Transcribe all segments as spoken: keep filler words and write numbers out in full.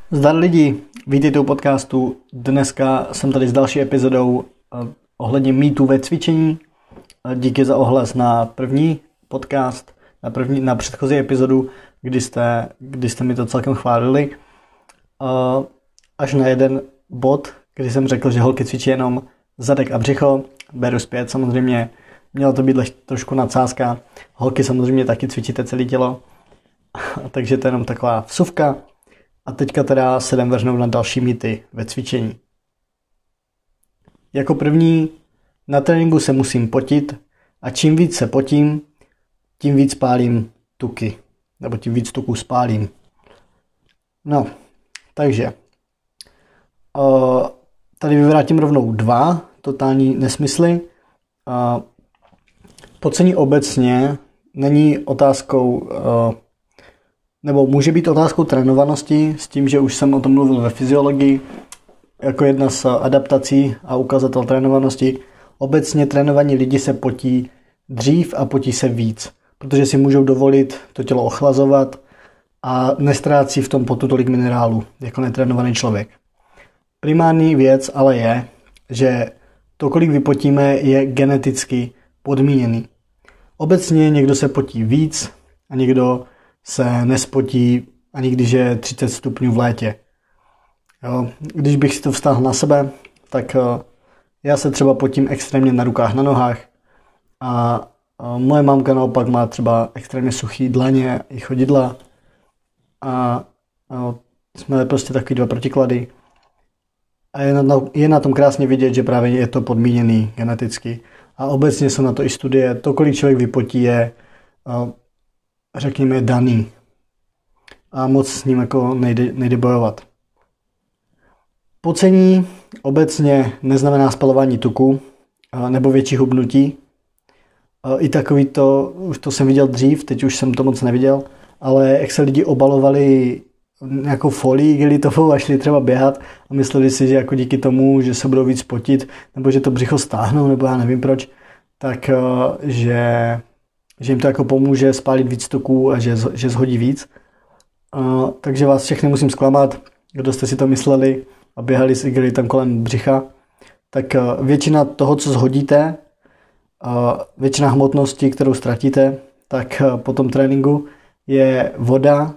Zdar lidi, vítejte u podcastu. Dneska jsem tady s další epizodou ohledně mýtů ve cvičení. Díky za ohlas na první podcast, na, první, na předchozí epizodu, kdy jste, kdy jste mi to celkem chválili. Až na jeden bod, kdy jsem řekl, že holky cvičí jenom zadek a břicho. Beru zpět, samozřejmě mělo to být trošku nadsázka. Holky samozřejmě taky cvičíte celé tělo, takže to je jenom taková vsuvka. A teďka teda se jdem vrhnout na další mýty ve cvičení. Jako první, na tréninku se musím potit a čím víc se potím, tím víc pálím tuky. Nebo tím víc tuků spálím. No, takže tady vyvrátím rovnou dva totální nesmysly. Pocení obecně není otázkou, nebo může být otázkou trénovanosti, s tím, že už jsem o tom mluvil ve fyziologii, jako jedna z adaptací a ukazatel trénovanosti. Obecně trénovaní lidi se potí dřív a potí se víc, protože si můžou dovolit to tělo ochlazovat a nestrácí v tom potu tolik minerálu, jako netrénovaný člověk. Primární věc ale je, že to, kolik vypotíme, je geneticky podmíněný. Obecně někdo se potí víc a někdo se nespotí ani když je třicet stupňů v létě. Jo. Když bych si to vztáhl na sebe, tak uh, já se třeba potím extrémně na rukách, na nohách a uh, moje mámka naopak má třeba extrémně suchý dlaně i chodidla a uh, jsme prostě takový dva protiklady. A je na, je na tom krásně vidět, že právě je to podmíněný geneticky. A obecně jsou na to i studie. To, kolik člověk vypotí, je uh, řekněme daný. A moc s ním jako nejde, nejde bojovat. Pocení obecně neznamená spalování tuku nebo větší hubnutí. I takový to, už to jsem viděl dřív, teď už jsem to moc neviděl, ale jak se lidi obalovali nějakou folii gelitovou a šli třeba běhat a mysleli si, že jako díky tomu, že se budou víc potit, nebo že to břicho stáhnou, nebo já nevím proč, tak že, že jim to jako pomůže spálit víc tuků a že, že zhodí víc. Uh, takže vás všechny musím zklamat, kdo jste si to mysleli a běhali si gelitem kolem břicha, tak uh, většina toho, co zhodíte, uh, většina hmotnosti, kterou ztratíte, tak uh, po tom tréninku je voda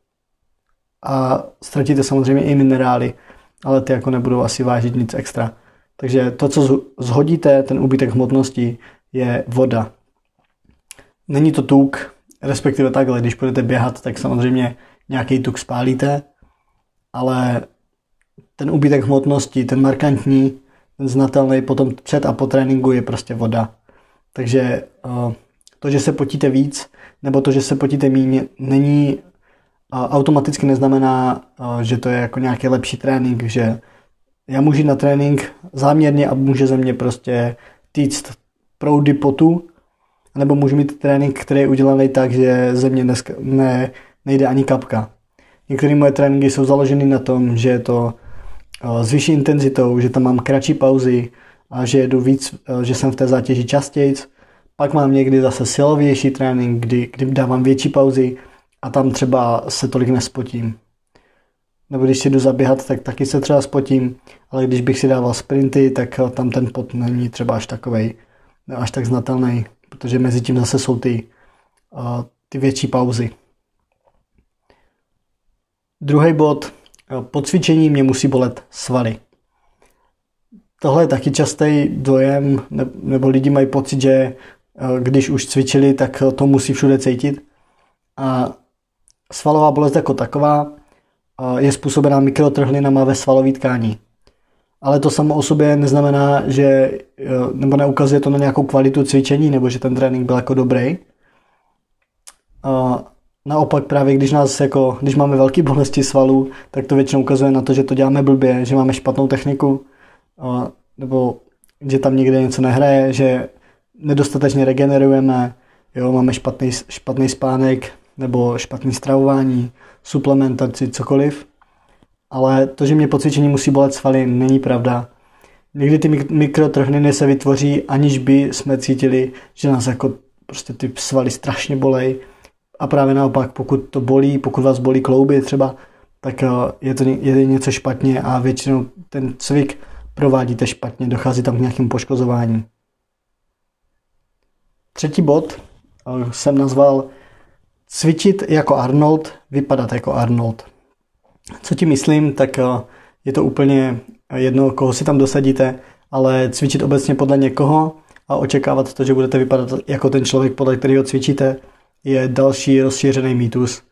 a ztratíte samozřejmě i minerály, ale ty jako nebudou asi vážit nic extra. Takže to, co zhodíte, ten úbytek hmotnosti, je voda. Není to tuk, respektive takhle, když budete běhat, tak samozřejmě nějaký tuk spálíte, ale ten úbytek hmotnosti, ten markantní, ten znatelný potom před a po tréninku je prostě voda. Takže to, že se potíte víc, nebo to, že se potíte míň, není automaticky neznamená, že to je jako nějaký lepší trénink, že já můžu na trénink záměrně a může ze mě prostě týct proudy potu, nebo můžu mít trénink, který je udělaný tak, že ze mě dneska ne, nejde ani kapka. Některé moje tréninky jsou založeny na tom, že je to s vyšší intenzitou, že tam mám kratší pauzy a že jedu víc, že jsem v té zátěži častěji. Pak mám někdy zase silovější trénink, kdy, kdy dávám větší pauzy a tam třeba se tolik nespotím. Nebo když si jdu zaběhat, tak taky se třeba spotím, ale když bych si dával sprinty, tak tam ten pot není třeba až takovej, až tak znatelný, protože mezi tím zase jsou ty, uh, ty větší pauzy. Druhý bod, po cvičení mě musí bolet svaly. Tohle je taky častý dojem, nebo lidi mají pocit, že když už cvičili, tak to musí všude cítit. A svalová bolest jako taková je způsobená mikrotrhlinama ve svalové tkání. Ale to samo o sobě neznamená, že, nebo neukazuje to na nějakou kvalitu cvičení, nebo že ten trénink byl jako dobrý. Naopak právě, když, nás jako, když máme velké bolesti svalů, tak to většinou ukazuje na to, že to děláme blbě, že máme špatnou techniku, nebo že tam někde něco nehraje, že nedostatečně regenerujeme, jo, máme špatný, špatný spánek, nebo špatné stravování, suplementaci, cokoliv. Ale to, že mě po cvičení musí bolet svaly, není pravda. Někdy ty mikrotrhliny se vytvoří, aniž by jsme cítili, že nás jako prostě ty svaly strašně bolej. A právě naopak, pokud to bolí, pokud vás bolí klouby třeba, tak je to je něco špatně a většinou ten cvik provádíte špatně, dochází tam k nějakým poškozování. Třetí bod jsem nazval cvičit jako Arnold, vypadat jako Arnold. Co ti myslím, tak je to úplně jedno, koho si tam dosadíte, ale cvičit obecně podle někoho a očekávat to, že budete vypadat jako ten člověk, podle kterého cvičíte, je další rozšířený mýtus.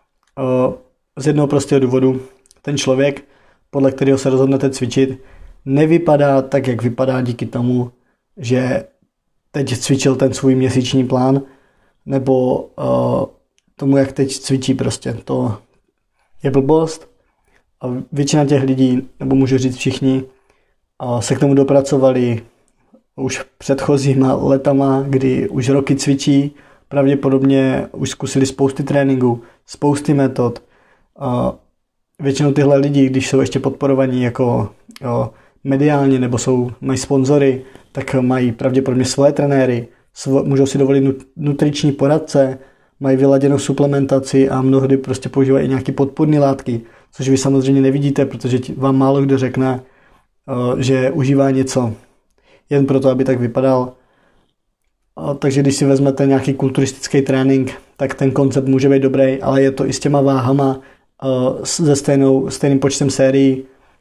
Z jednoho prostého důvodu, ten člověk, podle kterého se rozhodnete cvičit, nevypadá tak, jak vypadá díky tomu, že teď cvičil ten svůj měsíční plán, nebo uh, tomu, jak teď cvičí prostě. To je blbost. A většina těch lidí, nebo můžu říct všichni, uh, se k tomu dopracovali už předchozíma letama, kdy už roky cvičí, pravděpodobně už zkusili spousty tréninků, spousty metod. Uh, většinou tyhle lidi, když jsou ještě podporovaní jako jo, mediálně nebo jsou, mají sponzory, tak mají pravděpodobně svoje trenéry, svo, můžou si dovolit nutriční poradce, mají vyladěnou suplementaci a mnohdy prostě používají i nějaké podpůrné látky, což vy samozřejmě nevidíte, protože vám málo kdo řekne, že užívá něco jen proto, aby tak vypadal. Takže když si vezmete nějaký kulturistický trénink, tak ten koncept může být dobrý, ale je to i s těma váhama, se stejnou, stejným počtem sérií,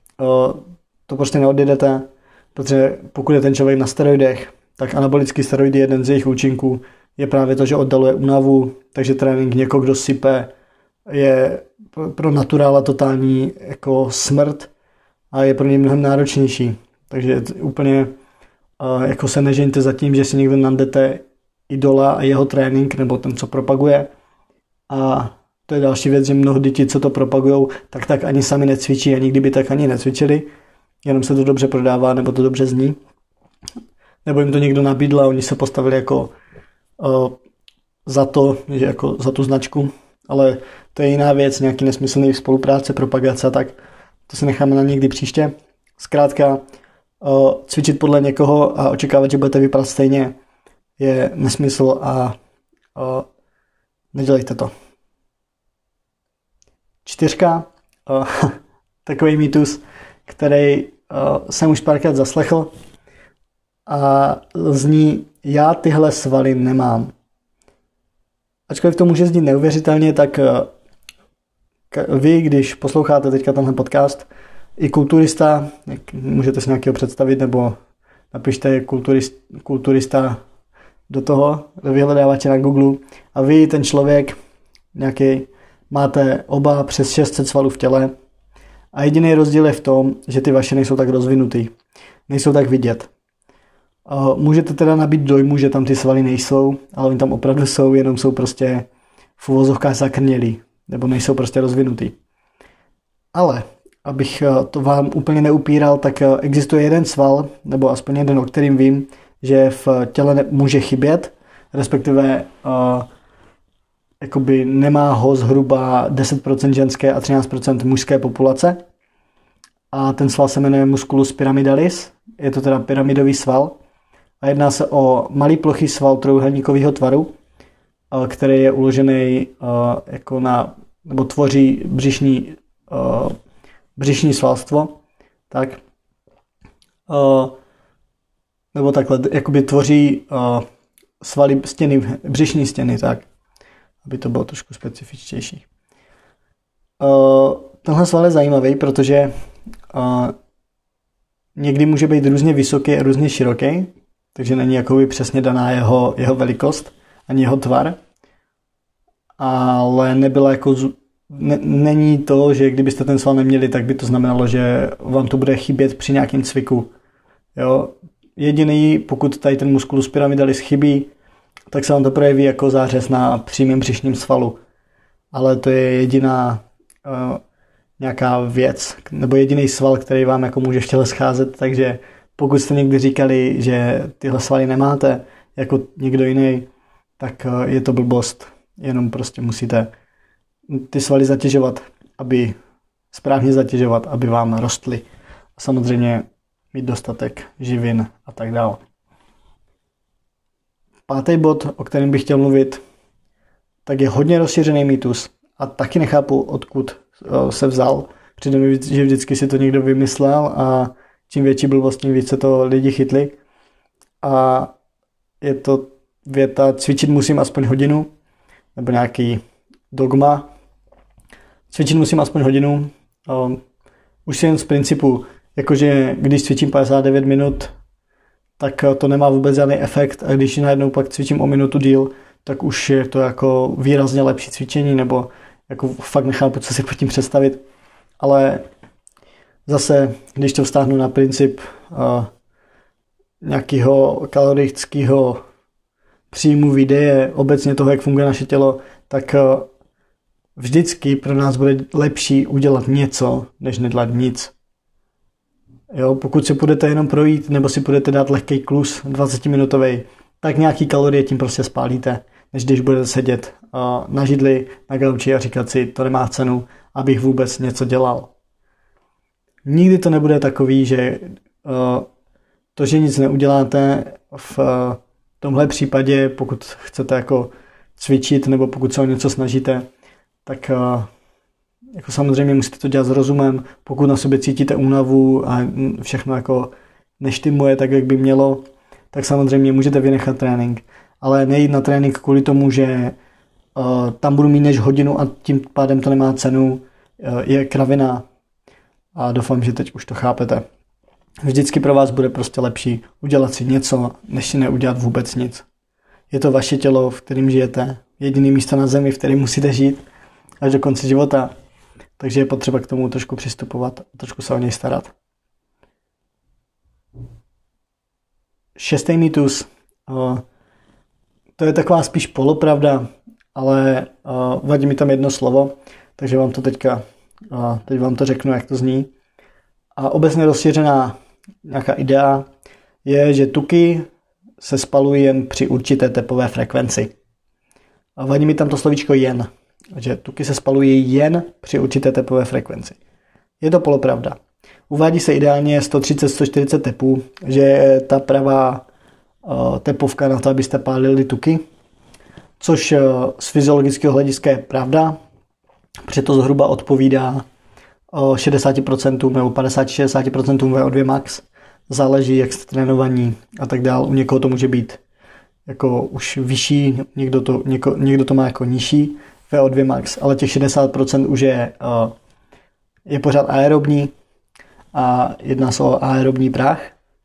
to prostě neodjedete, protože pokud je ten člověk na steroidech, tak anabolický steroidy, jeden z jejich účinků je právě to, že oddaluje únavu, takže trénink někoho, kdo sype, je pro naturála totální jako smrt a je pro něj mnohem náročnější. Takže úplně jako se nežeňte za tím, že si někdo nandete idola a jeho trénink, nebo ten, co propaguje. A to je další věc, že mnohdy ti, co to propagujou, tak tak ani sami necvičí a nikdy by tak ani necvičili. Jenom se to dobře prodává, nebo to dobře zní. Nebo jim to někdo nabídl a oni se postavili jako uh, za to, že jako za tu značku. Ale to je jiná věc, nějaký nesmyslný spolupráce, propagace, tak to se necháme na někdy příště. Zkrátka, uh, cvičit podle někoho a očekávat, že budete vypadat stejně, je nesmysl a uh, nedělejte to. Čtyřka, uh, takový mýtus, který uh, jsem už párkrát zaslechl a zní, já tyhle svaly nemám. Ačkoliv to může znít neuvěřitelně, tak uh, vy, když posloucháte teďka tenhle podcast, i kulturista, jak můžete si nějakého představit, nebo napište kulturist, kulturista do toho, do vyhledávače na Google a vy, ten člověk, nějaký, máte oba přes šest set svalů v těle a jediný rozdíl je v tom, že ty vaše nejsou tak rozvinutý, nejsou tak vidět. Můžete teda nabít dojmu, že tam ty svaly nejsou, ale oni tam opravdu jsou, jenom jsou prostě v uvozovkách zakrnělí, nebo nejsou prostě rozvinutý. Ale, abych to vám úplně neupíral, tak existuje jeden sval, nebo aspoň jeden, o kterým vím, že v těle může chybět, respektive uh, jakoby nemá ho zhruba deset procent ženské a třináct procent mužské populace. A ten sval se jmenuje musculus pyramidalis, je to teda pyramidový sval. A jedná se o malý plochý sval trojúhelníkového tvaru, který je uložený jako na, nebo tvoří břišní, břišní svalstvo. Tak. Nebo takhle, jakoby tvoří svaly stěny, břišní stěny, tak. Aby to bylo trošku specifičtější. Tenhle sval je zajímavý, protože někdy může být různě vysoký a různě široký, takže není jakoby přesně daná jeho, jeho velikost ani jeho tvar, ale nebyla jako ne, není to, že kdybyste ten sval neměli, tak by to znamenalo, že vám to bude chybět při nějakém cviku. Jo? Jediný, pokud tady ten musculus pyramidalis chybí, tak se vám to projeví jako zářez na přímém břišním svalu. Ale to je jediná uh, nějaká věc, nebo jediný sval, který vám jako může v těle scházet, takže pokud jste někdy říkali, že tyhle svaly nemáte jako někdo jiný, tak je to blbost. Jenom prostě musíte ty svaly zatěžovat, aby správně zatěžovat, aby vám rostly. A samozřejmě mít dostatek živin a tak dále. Pátý bod, o kterém bych chtěl mluvit, tak je hodně rozšířený mýtus a taky nechápu, odkud se vzal. Přijde mi, že vždycky si to někdo vymyslel a čím větší blbost, tím více to lidi chytli. A je to věta, cvičit musím aspoň hodinu, nebo nějaký dogma. Cvičit musím aspoň hodinu. Um, už jen z principu, jakože když cvičím padesát devět minut, tak to nemá vůbec žádný efekt a když najednou pak cvičím o minutu díl, tak už je to jako výrazně lepší cvičení, nebo jako fakt nechápu, co si pod tím představit. Ale zase, když to vztáhnu na princip uh, nějakého kalorického příjmu výdeje, obecně toho, jak funguje naše tělo, tak uh, vždycky pro nás bude lepší udělat něco, než nedělat nic. Jo, pokud si budete jenom projít, nebo si budete dát lehký klus dvacetiminutový, tak nějaký kalorie tím prostě spálíte, než když budete sedět uh, na židli, na gauči a říkat si, to nemá cenu, abych vůbec něco dělal. Nikdy to nebude takový, že uh, to, že nic neuděláte v uh, tomhle případě, pokud chcete jako cvičit, nebo pokud se o něco snažíte, tak uh, jako samozřejmě musíte to dělat s rozumem. Pokud na sobě cítíte únavu a všechno jako neštymuje tak, jak by mělo, tak samozřejmě můžete vynechat trénink. Ale nejít na trénink kvůli tomu, že uh, tam budu mít než hodinu a tím pádem to nemá cenu, uh, je kravina. A doufám, že teď už to chápete. Vždycky pro vás bude prostě lepší udělat si něco, než si neudělat vůbec nic. Je to vaše tělo, v kterém žijete. Jediné místo na zemi, v kterém musíte žít až do konce života. Takže je potřeba k tomu trošku přistupovat a trošku se o něj starat. Šestý mýtus. To je taková spíš polopravda, ale vadí mi tam jedno slovo, takže vám to teďka, teď vám to řeknu, jak to zní. A obecně rozšířená nějaká idea je, že tuky se spalují jen při určité tepové frekvenci. A vadí mi tam to slovíčko jen, že tuky se spalují jen při určité tepové frekvenci. Je to polopravda. Uvádí se ideálně sto třicet až sto čtyřicet tepů, že je ta pravá uh, tepovka na to, abyste pálili tuky, což uh, z fyziologického hlediska je pravda, protože to zhruba odpovídá uh, šedesát procent nebo padesát až šedesát procent V O dva max. Záleží, jak jste trénovaní a tak dál. U někoho to může být jako už vyšší, někdo to, něko, někdo to má jako nižší V O dva max, ale těch šedesát procent už je, uh, je pořád aerobní a jedná se o aerobní prach.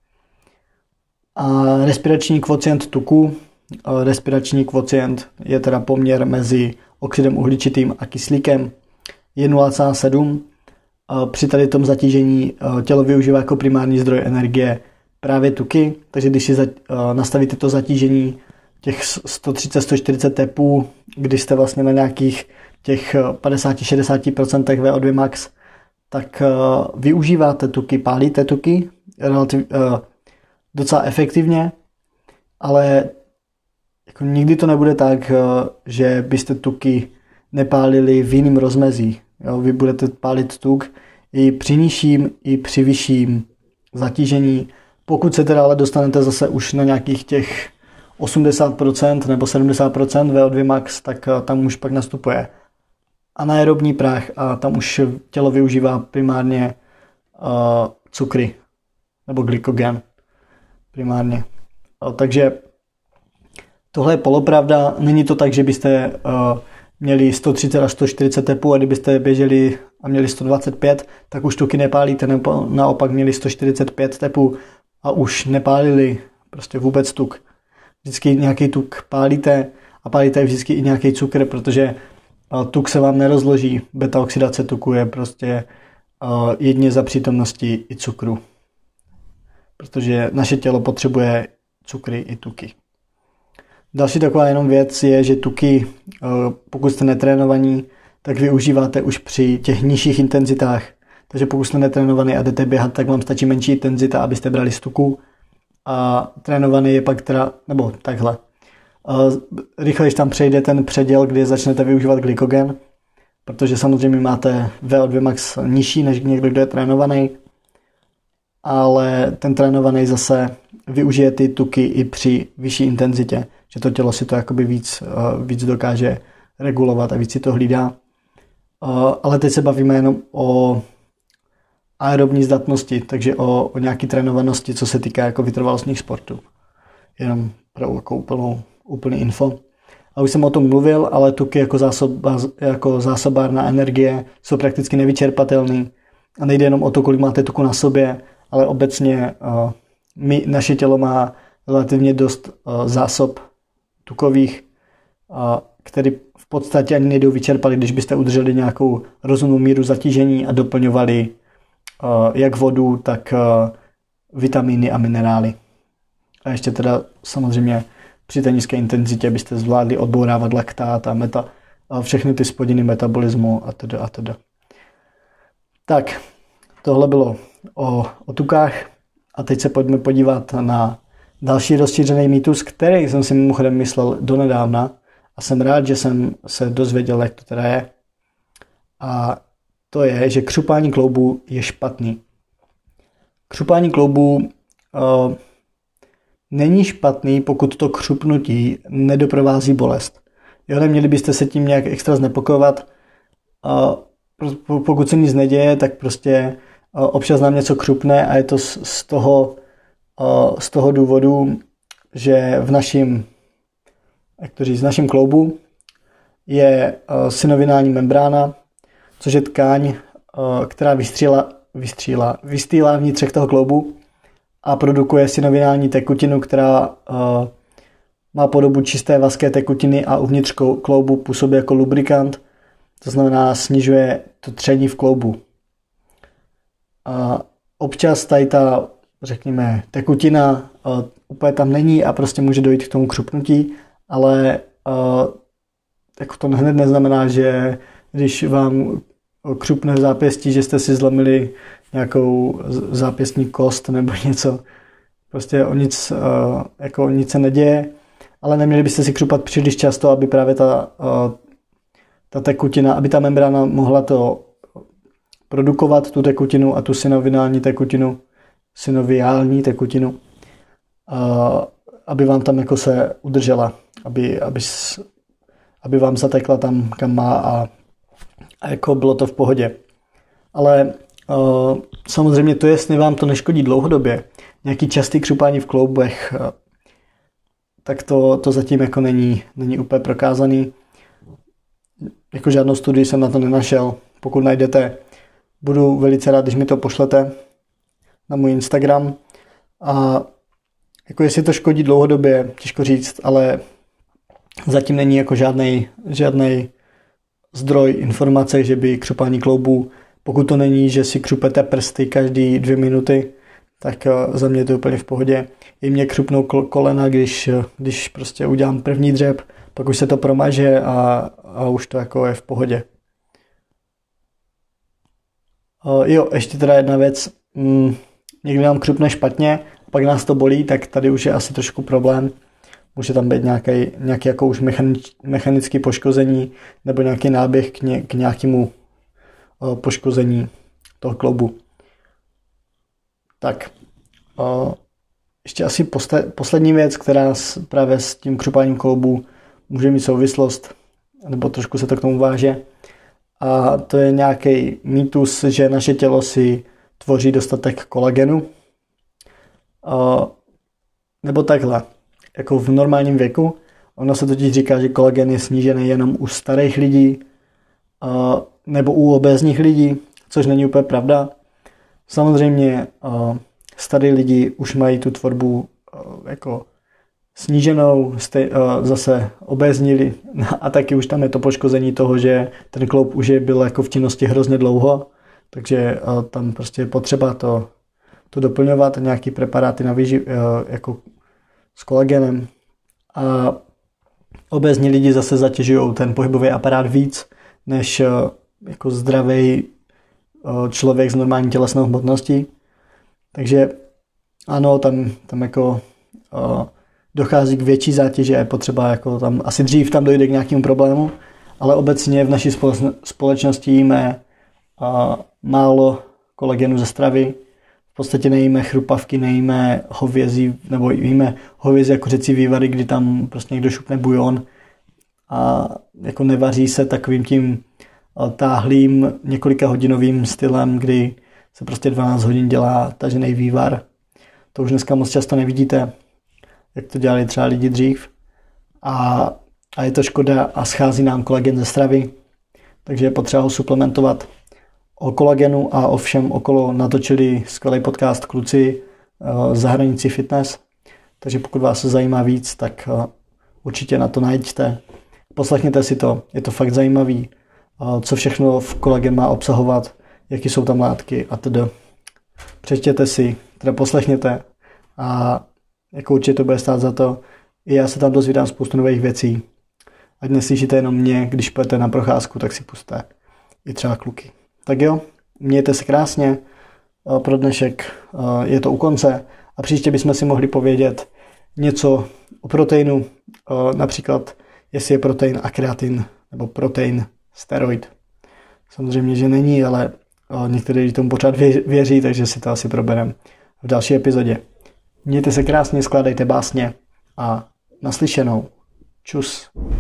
A respirační kvocient tuku, uh, respirační kvocient je teda poměr mezi oxidem uhličitým a kyslíkem, je nula celá sedm. Uh, při tady tom zatížení uh, tělo využívá jako primární zdroj energie právě tuky, takže když si za, uh, nastavíte to zatížení těch sto třicet až sto čtyřicet tepů, když jste vlastně na nějakých těch padesát až šedesát procent V O dva max, tak uh, využíváte tuky, pálíte tuky relativ, uh, docela efektivně, ale jako nikdy to nebude tak, uh, že byste tuky nepálili v jiném rozmezí. Jo? Vy budete pálit tuk i při nižším, i při vyšším zatížení. Pokud se teda ale dostanete zase už na nějakých těch osmdesát procent nebo sedmdesát procent V O dva max, tak tam už pak nastupuje anaerobní prach a tam už tělo využívá primárně uh, cukry nebo glykogen primárně. Uh, takže tohle je polopravda. Není to tak, že byste uh, měli sto třicet až sto čtyřicet tepů a kdybyste běželi a měli sto dvacet pět, tak už tuky nepálíte, nebo naopak měli sto čtyřicet pět tepů a už nepálili prostě vůbec tuk. Vždycky nějaký tuk pálíte a pálíte vždycky i nějaký cukr, protože tuk se vám nerozloží. Beta oxidace tuku je prostě uh, jedině za přítomnosti i cukru. Protože naše tělo potřebuje cukry i tuky. Další taková jenom věc je, že tuky, uh, pokud jste netrénovaní, tak využíváte už při těch nižších intenzitách. Takže pokud jste netrénovaný a jdete běhat, tak vám stačí menší intenzita, abyste brali z tuku. A trénovaný je pak teda, nebo takhle. Rychle tam přejde ten předěl, kdy začnete využívat glykogen, protože samozřejmě máte V O dva max nižší než někdo, kdo je trénovaný, ale ten trénovaný zase využije ty tuky i při vyšší intenzitě, že to tělo si to jakoby víc, víc dokáže regulovat a víc si to hlídá. ale teď se bavíme jenom o aerobní zdatnosti, takže o, o nějaké trénovanosti, co se týká jako vytrvalostních sportů. Jenom pro jako úplnou, úplný info. A už jsem o tom mluvil, ale tuky jako, zásoba, jako zásobárna energie jsou prakticky nevyčerpatelný. A nejde jenom o to, kolik máte tuku na sobě, ale obecně uh, my, naše tělo má relativně dost uh, zásob tukových, uh, které v podstatě ani nejdou vyčerpali, když byste udrželi nějakou rozumnou míru zatížení a doplňovali uh, jak vodu, tak uh, vitamíny a minerály. A ještě teda samozřejmě při té nízké intenzitě byste zvládli odbourávat laktát a, meta, a všechny ty spodiny metabolismu a teda a teda. Tak, tohle bylo o, o tukách a teď se pojďme podívat na další rozšířený mýtus, který jsem si mimochodem myslel donedávna a jsem rád, že jsem se dozvěděl, jak to teda je. A to je, že křupání kloubů je špatný. Křupání kloubů uh, není špatný, pokud to křupnutí nedoprovází bolest. Jo, neměli byste se tím nějak extra znepokojovat. Uh, pokud se nic neděje, tak prostě uh, občas nám něco křupne a je to z, z, toho, uh, z toho důvodu, že v našem, jak to říct, v našem kloubu je uh, synoviální membrána, což je tkáň, uh, která vystříla, vystříla, vystýlá vnitřek toho kloubu a produkuje synoviální tekutinu, která uh, má podobu čisté vazké tekutiny a uvnitř kloubu působí jako lubrikant, to znamená snižuje to tření v kloubu. A občas tady ta, řekněme, tekutina uh, úplně tam není a prostě může dojít k tomu křupnutí, ale uh, jako to hned neznamená, že když vám křupne v zápěstí, že jste si zlomili nějakou zápěstní kost nebo něco. Prostě o nic, jako nic se neděje, ale neměli byste si křupat příliš často, aby právě ta, ta tekutina, aby ta membrána mohla to produkovat, tu tekutinu a tu synoviální tekutinu, synoviální tekutinu, aby vám tam jako se udržela, aby, aby, aby vám zatekla tam, kam má a, a jako bylo to v pohodě. Ale Uh, samozřejmě to, jestli vám to neškodí dlouhodobě, nějaký častý křupání v kloubech, uh, tak to, to zatím jako není, není úplně prokázaný. Jako žádnou studii jsem na to nenašel. Pokud najdete, budu velice rád, když mi to pošlete na můj Instagram. A jako jestli to škodí dlouhodobě, těžko říct, ale zatím není jako žádnej, žádnej zdroj informace, že by křupání kloubů, pokud to není, že si křupete prsty každý dvě minuty, tak za mě to je úplně v pohodě. I mě křupnou kolena, když, když prostě udělám první dřep, pak už se to promaže a, a už to jako je v pohodě. Uh, jo, ještě teda jedna věc. Mm, někdy nám křupne špatně, pak nás to bolí, tak tady už je asi trošku problém. Může tam být nějaký, nějaký jako už mechanič, mechanický poškození nebo nějaký náběh k, ně, k nějakému poškození toho kloubu. Tak, ještě asi poslední věc, která právě s tím křupáním kloubu může mít souvislost, nebo trošku se to k tomu váže. A to je nějaký mýtus, že naše tělo si tvoří dostatek kolagenu. Nebo takhle, jako v normálním věku. Ono se totiž říká, že kolagen je snížený jenom u starých lidí, nebo u obézních lidí, což není úplně pravda. Samozřejmě uh, starý lidi už mají tu tvorbu uh, jako sníženou, stej, uh, zase obéznili a taky už tam je to poškození toho, že ten kloub už je byl jako v činnosti hrozně dlouho, takže uh, tam prostě je potřeba to, to doplňovat, nějaký preparáty na výživ, uh, jako s kolagenem. A obézní lidi zase zatěžují ten pohybový aparát víc, než uh, jako zdravý člověk s normální tělesnou hmotností. Takže ano, tam, tam jako uh, dochází k větší zátěži a je potřeba jako tam, asi dřív tam dojde k nějakému problému, ale obecně v naší společnosti jíme uh, málo kolagenu ze stravy. V podstatě nejíme chrupavky, nejíme hovězí, nebo jíme hovězí jako řecí vývary, kdy tam prostě někdo šupne bujon a jako nevaří se takovým tím táhlým několika hodinovým stylem, kdy se prostě dvanáct hodin dělá tažený vývar. To už dneska moc často nevidíte, jak to dělali třeba lidi dřív. A, a je to škoda a schází nám kolagen ze stravy, takže je potřeba ho suplementovat. O kolagenu a o všem okolo natočili skvělý podcast kluci z Zahraničí fitness, takže pokud vás se zajímá víc, tak určitě na to najděte. Poslechněte si to, je to fakt zajímavý, co všechno v kolagen má obsahovat, jaký jsou tam látky a tedy. Přečtěte si, teda poslechněte a jako určitě to bude stát za to. I já se tam dozvídám spoustu nových věcí. Ať neslyšíte jenom mě, když půjdete na procházku, tak si pusťte i třeba kluky. Tak jo, mějte se krásně, pro dnešek je to u konce a příště bychom si mohli povědět něco o proteinu, například jestli je protein a kreatin nebo protein steroid. Samozřejmě, že není, ale někteří tomu pořád věří, takže si to asi probereme v další epizodě. Mějte se krásně, skládejte básně a naslyšenou. Čus.